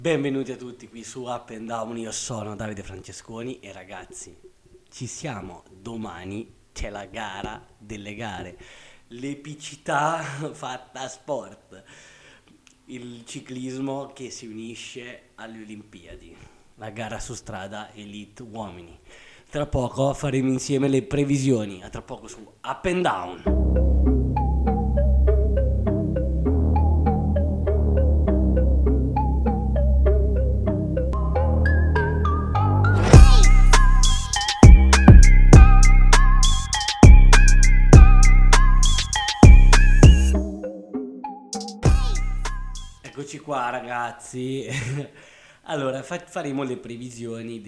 Benvenuti a tutti qui su Up and Down, io sono Davide Francesconi e ragazzi, ci siamo, domani c'è la gara delle gare, l'epicità fatta sport, il ciclismo che si unisce alle Olimpiadi, la gara su strada Elite Uomini. Tra poco faremo insieme le previsioni, a tra poco su Up and Down. Eccoci qua ragazzi, allora faremo le previsioni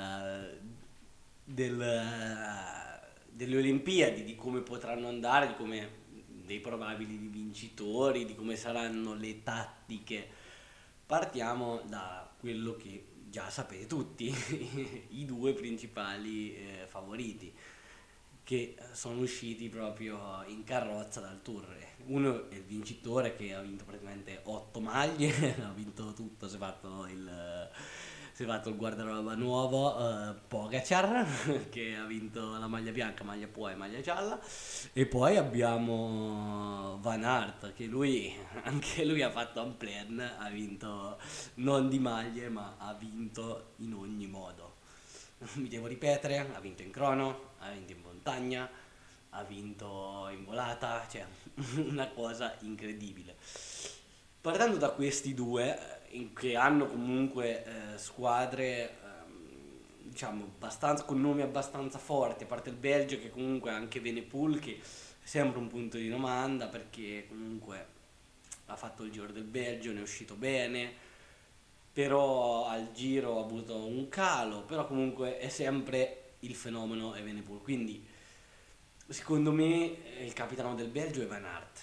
delle Olimpiadi, di come potranno andare, dei probabili vincitori, di come saranno le tattiche. Partiamo da quello che già sapete tutti, i due principali favoriti che sono usciti proprio in carrozza dal tour. Uno è il vincitore che ha vinto praticamente 8 maglie, ha vinto tutto, si è fatto il guardaroba nuovo, Pogacar che ha vinto la maglia bianca, maglia poi e maglia gialla, e poi abbiamo Van Aert che anche lui ha fatto un plan, ha vinto non di maglie ma ha vinto in ogni modo. Mi devo ripetere, ha vinto in crono, ha vinto in montagna, ha vinto in volata, cioè una cosa incredibile. Partendo da questi due, che hanno comunque squadre, diciamo, con nomi abbastanza forti, a parte il Belgio che comunque ha anche Evenepoel, che è sempre un punto di domanda, perché comunque ha fatto il Giro del Belgio, ne è uscito bene, però al Giro ha avuto un calo, però comunque è sempre il fenomeno Evenepoel, quindi secondo me il capitano del Belgio è Van Aert,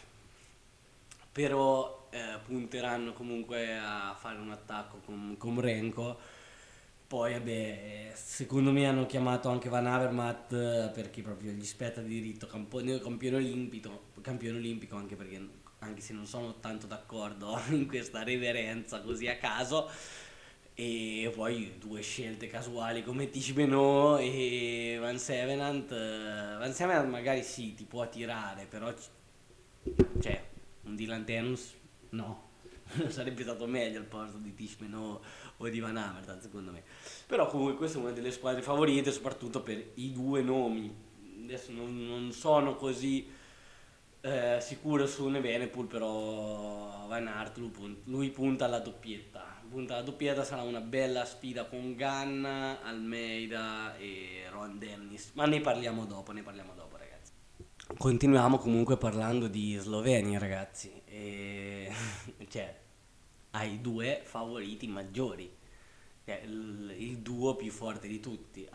però punteranno comunque a fare un attacco con Renko. Poi vabbè, secondo me hanno chiamato anche Van Avermaet perché proprio gli spetta di diritto campione olimpico, anche perché, anche se non sono tanto d'accordo in questa reverenza così a caso. E poi due scelte casuali come Tish Benoît e Van Sevenant magari sì, ti può tirare, però cioè un Dylan Teuns no. Sarebbe stato meglio al posto di Tish Benoît o di Van Avermaet secondo me. Però comunque questa è una delle squadre favorite, soprattutto per i due nomi. Adesso non sono così sicuro su Evenepoel, però Van Aert lui punta alla doppietta. Punta alla doppietta, sarà una bella sfida con Ganna, Almeida e Ron Dennis, ma ne parliamo dopo ragazzi. Continuiamo comunque parlando di Slovenia ragazzi, cioè hai due favoriti maggiori, cioè, il duo più forte di tutti,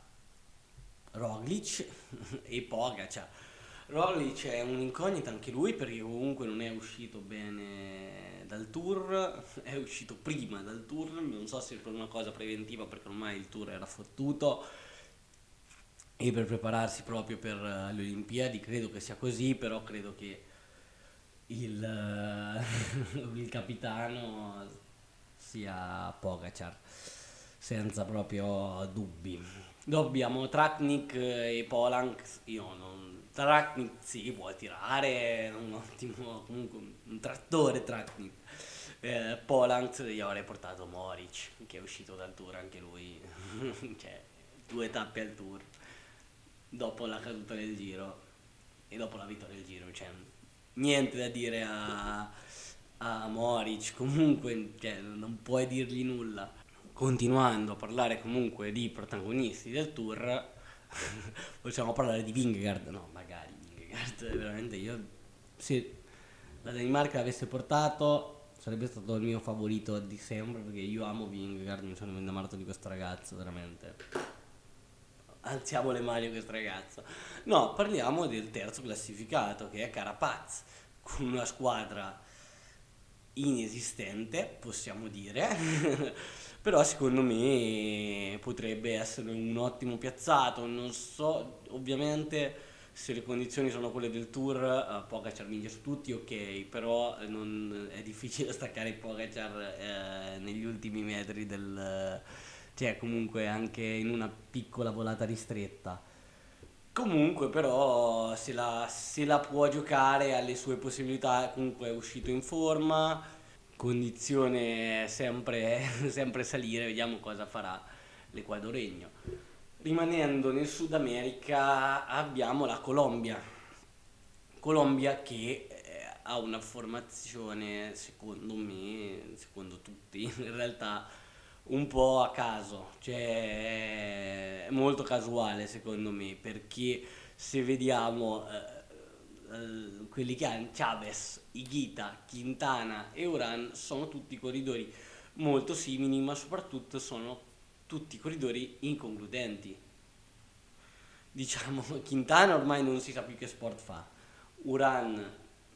Roglic e Pogacar. Roglic è un'incognita anche lui perché comunque non è uscito bene dal tour, è uscito prima dal tour, non so se per una cosa preventiva perché ormai il tour era fottuto e per prepararsi proprio per le Olimpiadi, credo che sia così, però credo che il capitano sia Pogacar, senza proprio dubbi. Dopo abbiamo Tratnik e Polanc. Tratnik sì, può tirare, è un ottimo, comunque un trattore Tratnik. Polanc gli avrei portato Moric, che è uscito dal tour anche lui, cioè 2 tappe al tour, dopo la caduta del Giro e dopo la vittoria del Giro, cioè niente da dire a Moric, comunque cioè, non puoi dirgli nulla. Continuando a parlare comunque di protagonisti del tour, possiamo parlare di Vingegaard. No, magari Vingegaard, veramente se la Danimarca l'avesse portato sarebbe stato il mio favorito di sempre, perché io amo Vingegaard, mi sono innamorato di questo ragazzo, veramente. Alziamo le mani a questo ragazzo. No, parliamo del terzo classificato, che è Carapaz, con una squadra inesistente, possiamo dire, però secondo me potrebbe essere un ottimo piazzato. Non so, ovviamente se le condizioni sono quelle del Tour, Pogacar vince su tutti, ok, però è difficile staccare Pogacar negli ultimi metri cioè comunque anche in una piccola volata ristretta. Comunque però se la può giocare, ha le sue possibilità, comunque è uscito in forma, condizione sempre, sempre salire, vediamo cosa farà l'Equadoregno. Rimanendo nel Sud America abbiamo la Colombia. Colombia che ha una formazione, secondo me, secondo tutti, in realtà un po' a caso, cioè è molto casuale secondo me, perché se vediamo quelli che hanno Chavez, Higuita, Quintana e Uran sono tutti corridori molto simili, ma soprattutto sono tutti corridori inconcludenti. Diciamo, Quintana ormai non si sa più che sport fa. Uran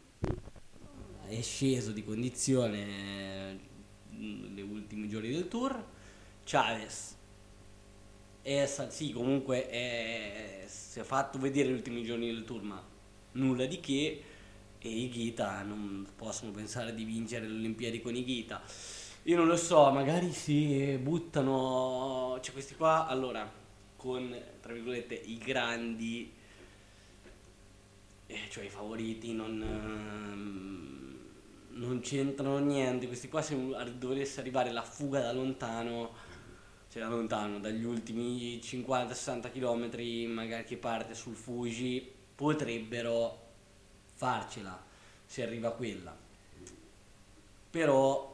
è sceso di condizione negli ultimi giorni del Tour. Chavez sì, comunque si è fatto vedere gli ultimi giorni del Tour, ma nulla di che. E Higuita, non possono pensare di vincere le Olimpiadi con Higuita. Io non lo so, magari si buttano, cioè questi qua, allora, con, tra virgolette, i grandi, cioè i favoriti, non c'entrano niente. Questi qua, se dovesse arrivare la fuga da lontano, cioè da lontano, dagli ultimi 50-60 km, magari che parte sul Fuji, potrebbero farcela, se arriva quella. Però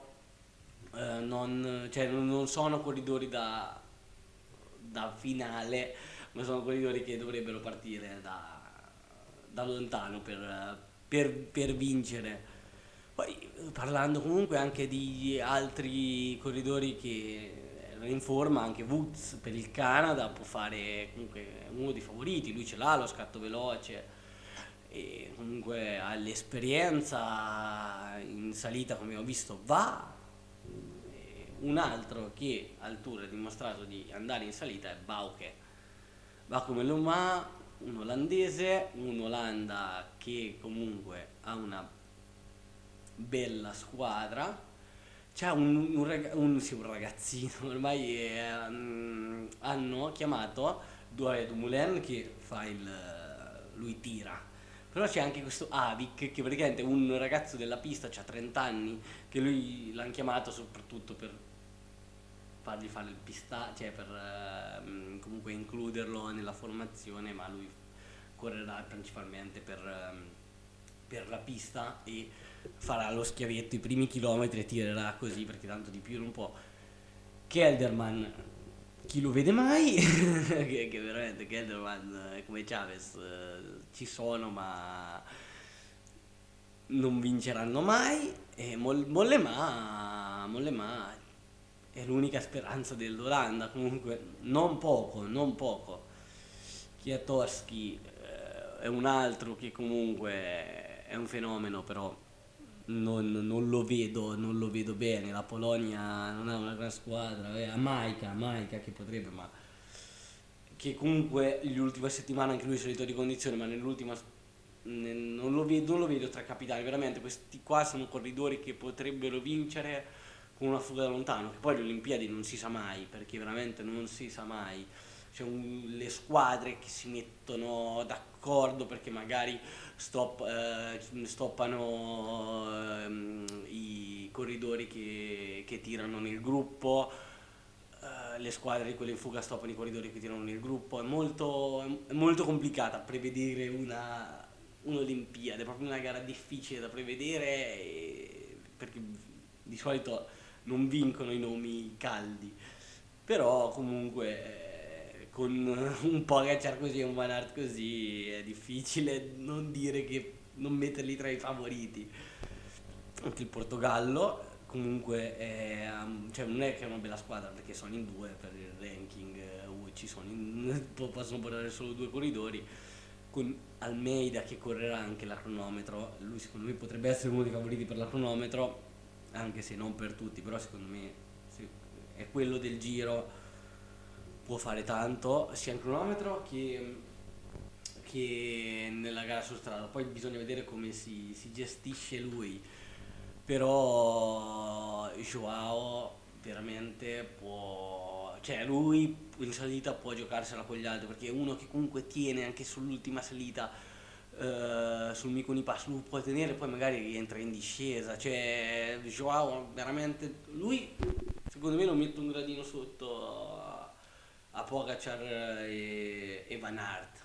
non sono corridori da finale, ma sono corridori che dovrebbero partire da lontano per vincere. Poi parlando comunque anche di altri corridori che erano in forma, anche Woods per il Canada può fare comunque uno dei favoriti, lui ce l'ha lo scatto veloce e comunque ha l'esperienza in salita, come ho visto va. Un altro che al Tour ha dimostrato di andare in salita è Bauke. Va come Loma, un olandese, un'Olanda che comunque ha una bella squadra. C'è sì, un ragazzino, ormai hanno chiamato Dumoulin che lui tira. Però c'è anche questo Avic che praticamente è un ragazzo della pista, ha 30 anni, che lui l'hanno chiamato soprattutto per fargli fare il pista, cioè per comunque includerlo nella formazione, ma lui correrà principalmente per la pista e farà lo schiavetto i primi chilometri e tirerà così perché tanto di più non può. Kelderman, chi lo vede mai? che veramente Kelderman è come Chavez, ci sono ma non vinceranno mai. E Mollema è l'unica speranza dell'Olanda, comunque non poco. Kwiatkowski è un altro che comunque è un fenomeno, però non lo vedo bene. La Polonia non ha una gran squadra, ha Maika che potrebbe, ma che comunque l'ultima settimana anche lui è salito di condizione, ma nell'ultima non lo vedo tra capitani. Veramente questi qua sono corridori che potrebbero vincere con una fuga da lontano, che poi le Olimpiadi non si sa mai, perché veramente non si sa mai. C'è le squadre che si mettono d'accordo perché magari stoppano i corridori che tirano nel gruppo, le squadre di quelle in fuga stoppano i corridori che tirano nel gruppo. È molto complicata prevedere un'Olimpiade, è proprio una gara difficile da prevedere perché di solito non vincono i nomi caldi, però comunque con un Pogacar così e un Van Aert così è difficile non metterli tra i favoriti. Anche il Portogallo comunque cioè non è che è una bella squadra perché sono in due per il ranking UCI, possono portare solo due corridori con Almeida che correrà anche la cronometro. Lui secondo me potrebbe essere uno dei favoriti per la cronometro, anche se non per tutti, però secondo me è quello del Giro, può fare tanto sia in cronometro che che nella gara su strada. Poi bisogna vedere come si gestisce lui. Però Joao veramente può, cioè lui in salita può giocarsela con gli altri perché è uno che comunque tiene anche sull'ultima salita, sul Miconi Pass, lui può tenere, poi magari rientra in discesa. Cioè Joao veramente, lui secondo me lo mette un gradino sotto a Pogacar e Van Aert.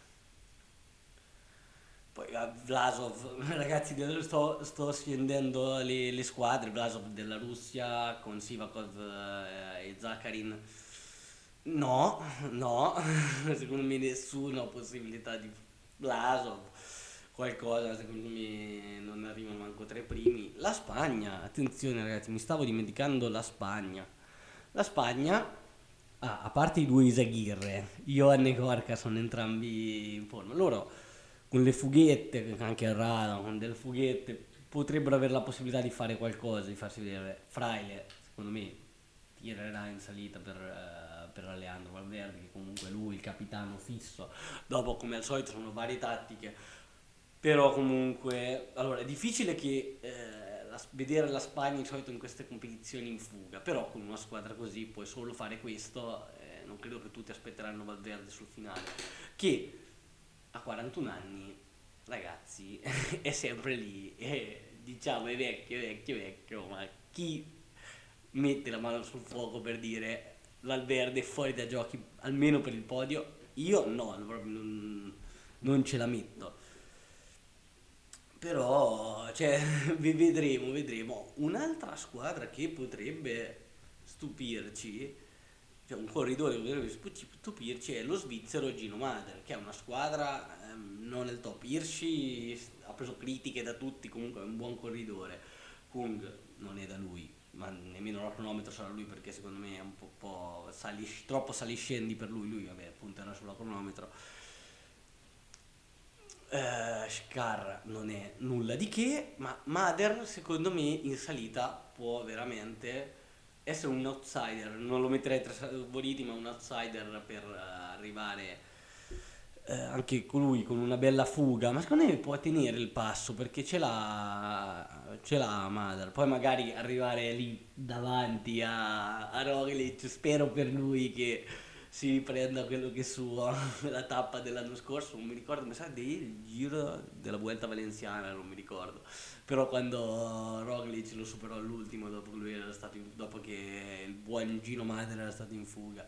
Poi Vlasov, ragazzi, sto scendendo le squadre. Vlasov della Russia con Sivakov e Zakharin. No, no, secondo me nessuno ha possibilità di Vlasov. Qualcosa, secondo me non arrivano manco tra i primi. La Spagna, attenzione ragazzi, mi stavo dimenticando la Spagna. La Spagna, a parte i due Izaguirre, Johan e Gorka sono entrambi in forma. Loro con le fughette, anche il Rada, con delle fughette, potrebbero avere la possibilità di fare qualcosa, di farsi vedere. Fraile, secondo me, tirerà in salita per Alejandro Valverde, che comunque è lui il capitano fisso. Dopo, come al solito, sono varie tattiche. Però comunque, allora è difficile che vedere la Spagna di solito in queste competizioni in fuga, però con una squadra così puoi solo fare questo, non credo che tutti aspetteranno Valverde sul finale, che a 41 anni, ragazzi, è sempre lì, diciamo è vecchio, vecchio, vecchio, ma chi mette la mano sul fuoco per dire Valverde è fuori da giochi almeno per il podio? Io no, proprio non ce la metto. Però, cioè, vedremo. Un'altra squadra che potrebbe stupirci, cioè un corridore che potrebbe stupirci è lo svizzero Gino Mader, che è una squadra non nel top. Hirschi ha preso critiche da tutti, comunque è un buon corridore. Kung non è da lui, ma nemmeno la cronometro sarà lui perché secondo me è un po' troppo saliscendi per lui, vabbè, punterà sulla cronometro. Scar non è nulla di che, ma Mader secondo me in salita può veramente essere un outsider, non lo metterei tra i favoriti, ma un outsider per arrivare anche colui con una bella fuga, ma secondo me può tenere il passo perché ce l'ha Mader, poi magari arrivare lì davanti a Roglic, spero per lui che si riprenda quello che è suo, la tappa dell'anno scorso, non mi ricordo, mi sa del Giro della Vuelta Valenziana, non mi ricordo, però quando Roglic lo superò all'ultimo dopo che lui era stato dopo che il buon Gino Madre era stato in fuga.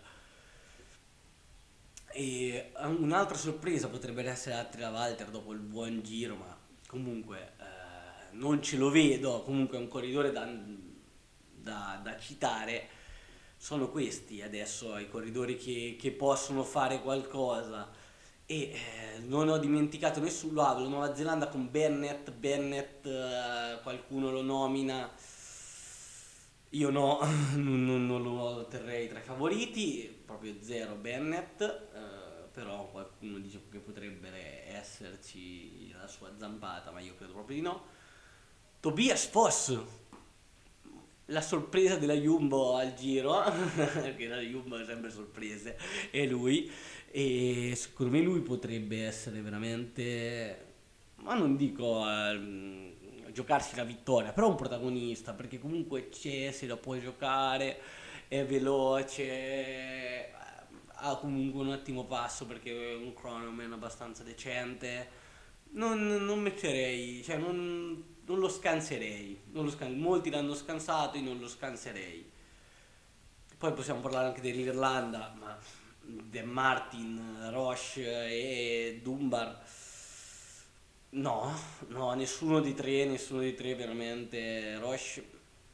E un'altra sorpresa potrebbe essere Attila Walter dopo il buon giro, ma comunque non ce lo vedo, comunque è un corridore da citare. Sono questi adesso i corridori che possono fare qualcosa. E non ho dimenticato nessuno, la Nuova Zelanda con Bennett, qualcuno lo nomina, io no, non lo terrei tra i favoriti, proprio zero Bennett, però qualcuno dice che potrebbe esserci la sua zampata, ma io credo proprio di no. Tobias Foss, la sorpresa della Jumbo al giro, perché la Jumbo è sempre sorprese, è lui, e secondo me lui potrebbe essere veramente, ma non dico giocarsi la vittoria, però un protagonista, perché comunque c'è, se la può giocare, è veloce, ha comunque un ottimo passo perché è un cronoman abbastanza decente. Non metterei, cioè non lo scanserei, molti l'hanno scansato, io non lo scanserei. Poi possiamo parlare anche dell'Irlanda, ma De Martin, Roche e Dunbar, no, no, nessuno dei tre veramente. Roche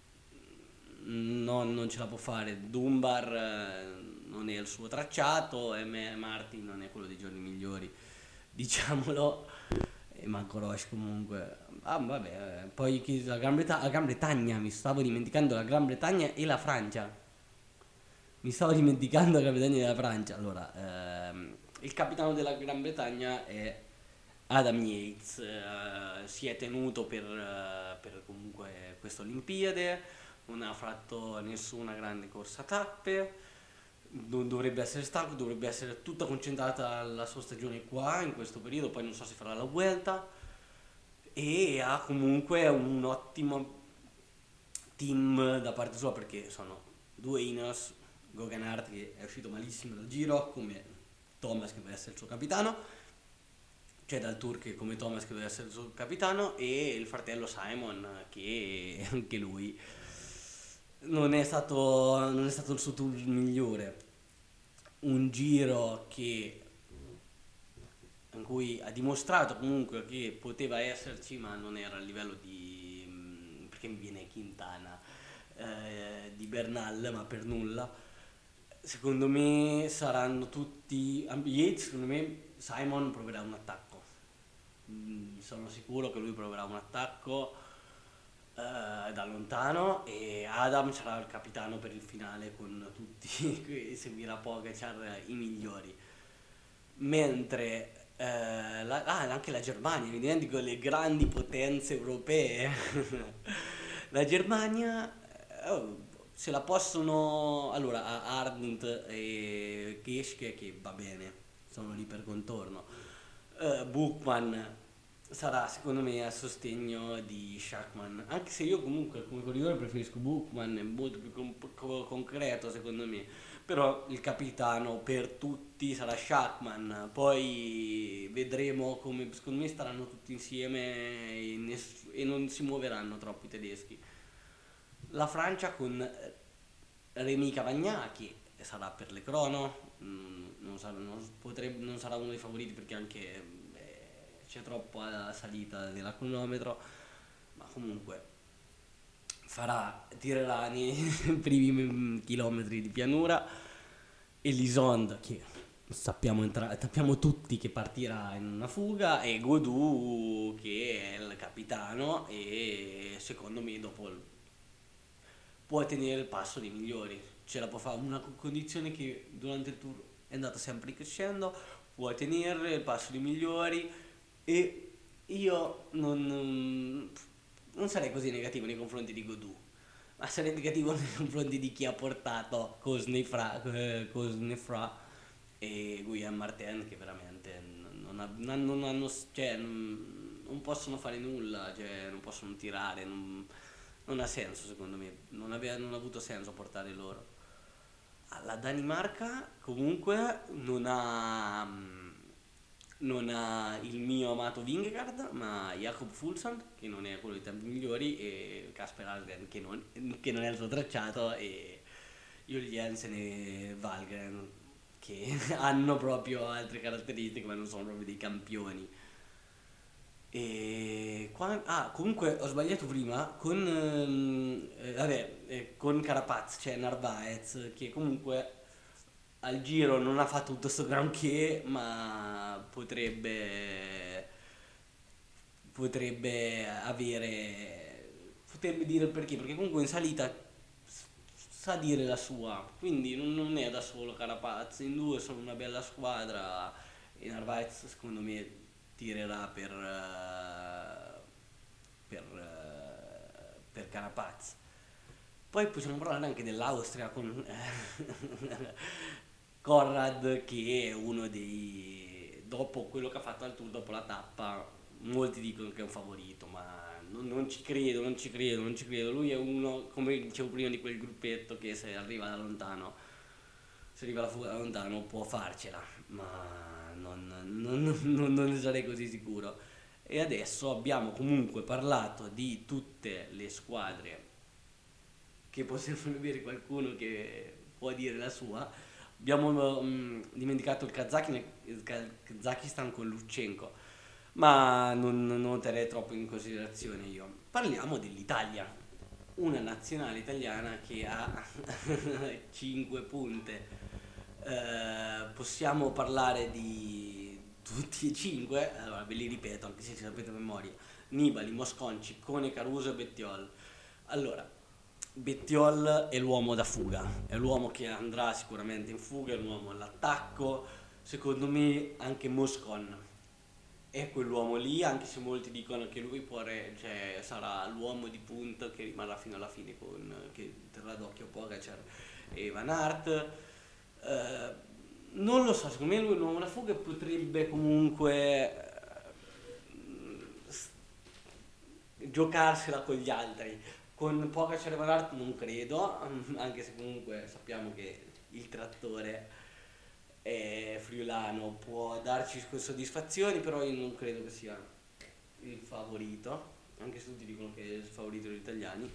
no, non ce la può fare. Dunbar non è il suo tracciato e Martin non è quello dei giorni migliori, diciamolo. E manco Roche comunque. Ah, vabbè, poi la Gran Bretagna, mi stavo dimenticando la Gran Bretagna e la Francia. Mi stavo dimenticando la Gran Bretagna e la Francia. Allora, il capitano della Gran Bretagna è Adam Yates, si è tenuto per comunque questa Olimpiade, non ha fatto nessuna grande corsa a tappe, non dovrebbe essere stanco, dovrebbe essere tutta concentrata la sua stagione qua, in questo periodo, poi non so se farà la Vuelta, e ha comunque un ottimo team da parte sua perché sono due Ineos, Gogan Hart che è uscito malissimo dal giro, come Thomas che deve essere il suo capitano, cioè dal Tour che come Thomas che deve essere il suo capitano, e il fratello Simon che anche lui non è stato il suo tour migliore. Un giro in cui ha dimostrato comunque che poteva esserci, ma non era a livello di... perché mi viene Quintana, di Bernal, ma per nulla. Secondo me saranno tutti... Yates, secondo me Simon proverà un attacco. Sono sicuro che lui proverà un attacco da lontano, e Adam sarà il capitano per il finale con tutti, e seguirà Pogacar i migliori. Mentre anche la Germania, mi dimentico le grandi potenze europee. La Germania se la possono, allora ha Arndt e Geschke che va bene, sono lì per contorno. Buchmann sarà secondo me a sostegno di Schachmann, anche se io comunque come corridore preferisco Buchmann, è molto più concreto secondo me, però il capitano per tutti sarà Schachmann, poi vedremo come, secondo me staranno tutti insieme e non si muoveranno troppo i tedeschi. La Francia con Rémi Cavagna che sarà per le crono, non sarà uno dei favoriti perché anche c'è troppa salita della cronometro, ma comunque tirerà nei primi chilometri di pianura. Elisond che sappiamo tutti che partirà in una fuga, e Godou che è il capitano e secondo me dopo può tenere il passo dei migliori, ce la può fare, una condizione che durante il tour è andata sempre crescendo, può tenere il passo dei migliori, e io non sarei così negativo nei confronti di Godou, ma sarei negativo nei confronti di chi ha portato Cosnefra e Guillaume Martin che veramente non hanno, cioè, non possono fare nulla, cioè, non possono tirare, non ha senso secondo me, non ha avuto senso portare loro. La Danimarca comunque non ha il mio amato Vingegaard, ma Jakob Fuglsang, che non è quello dei tempi migliori, e Kasper Algren, che non è il suo tracciato, e Jules Jensen e Valgren, che hanno proprio altre caratteristiche, ma non sono proprio dei campioni. Comunque ho sbagliato prima con Carapaz, cioè Narvaez, che comunque al giro non ha fatto tutto sto granché, ma potrebbe dire il perché, perché comunque in salita sa dire la sua, quindi non è da solo Carapaz, in due sono una bella squadra, e Narvaez secondo me tirerà per Carapaz. Poi possiamo parlare anche dell'Austria con Conrad, che è uno dei... dopo quello che ha fatto al Tour, dopo la tappa, molti dicono che è un favorito, ma non ci credo, non ci credo, non ci credo. Lui è uno, come dicevo prima, di quel gruppetto che se arriva la fuga da lontano può farcela, ma non ne sarei così sicuro. E adesso abbiamo comunque parlato di tutte le squadre che possiamo avere, qualcuno che può dire la sua. Abbiamo dimenticato il Kazakistan con Lutsenko, ma non terrei troppo in considerazione io. Parliamo dell'Italia, una nazionale italiana che ha 5 punte. Possiamo parlare di tutti e 5, allora ve li ripeto anche se ci sapete a memoria: Nibali, Mosconci, Cone, Caruso e Bettiol. Allora, Bettiol è l'uomo da fuga, è l'uomo che andrà sicuramente in fuga, è l'uomo all'attacco. Secondo me anche Moscon è quell'uomo lì, anche se molti dicono che lui cioè, sarà l'uomo di punta che rimarrà fino alla fine, che terrà d'occhio Pogacar e Van Aert. Eh, Non lo so, secondo me lui non una fuga potrebbe comunque giocarsela con gli altri. Con Pogacar e Van Aert non credo, anche se comunque sappiamo che il trattore friulano può darci soddisfazioni, però io non credo che sia il favorito, anche se tutti dicono che è il favorito degli italiani.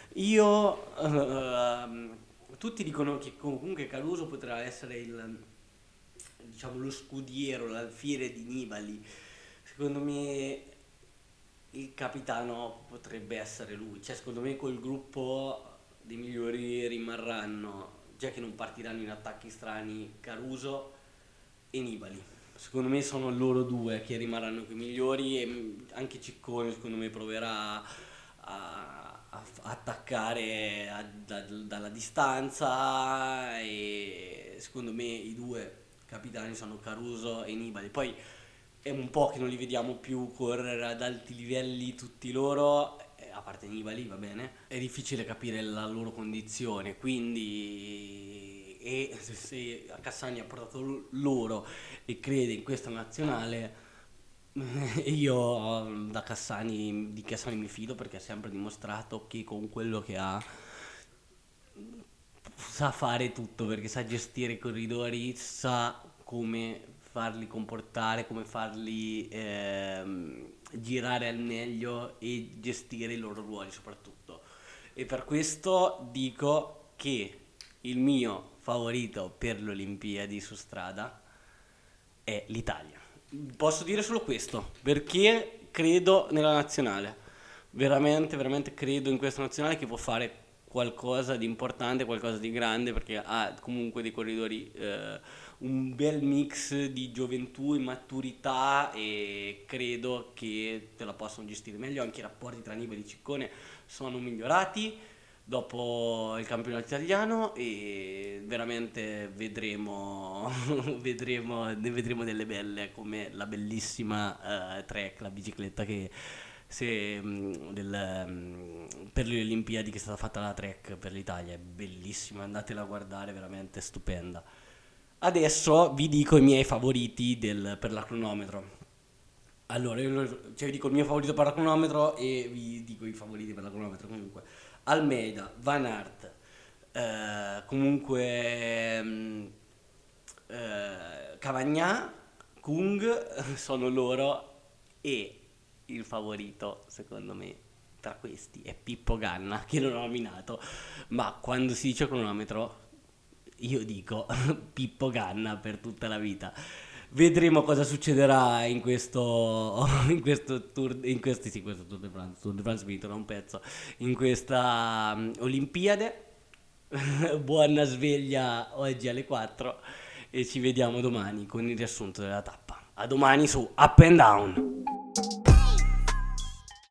Tutti dicono che comunque Caruso potrà essere diciamo, lo scudiero, l'alfiere di Nibali. Secondo me il capitano potrebbe essere lui, cioè secondo me col gruppo dei migliori rimarranno, già che non partiranno in attacchi strani, Caruso e Nibali. Secondo me sono loro due che rimarranno i migliori e anche Ciccone secondo me proverà a attaccare dalla distanza e secondo me i due capitani sono Caruso e Nibali. Poi è un po' che non li vediamo più correre ad alti livelli tutti loro, a parte Nibali, va bene, è difficile capire la loro condizione, quindi se Cassani ha portato loro e crede in questa nazionale, io di Cassani mi fido perché ha sempre dimostrato che con quello che ha sa fare tutto perché sa gestire i corridori, sa come farli comportare, come farli girare al meglio e gestire i loro ruoli soprattutto. E per questo dico che il mio favorito per le Olimpiadi su strada è l'Italia. Posso dire solo questo, perché credo nella nazionale. Veramente, veramente credo in questa nazionale che può fare qualcosa di importante, qualcosa di grande, perché ha comunque dei corridori, un bel mix di gioventù e maturità e credo che te la possano gestire meglio. Anche i rapporti tra Nibali e Ciccone sono migliorati dopo il campionato italiano e veramente vedremo, ne vedremo delle belle come la bellissima Trek, la bicicletta che per le Olimpiadi che è stata fatta la Trek per l'Italia, è bellissima, andatela a guardare, veramente stupenda. Adesso vi dico i miei favoriti per la cronometro. Allora, vi dico il mio favorito per la cronometro e vi dico i favoriti per la cronometro comunque. Almeida, Van Aert, comunque Cavagnà, Kung sono loro e il favorito secondo me tra questi è Pippo Ganna che non ho nominato, ma quando si dice cronometro io dico Pippo Ganna per tutta la vita. Vedremo cosa succederà in questo tour, sì, questo Tour de France finito da un pezzo, in questa Olimpiade. Buona sveglia oggi alle 4 e ci vediamo domani con il riassunto della tappa. A domani su Up and Down.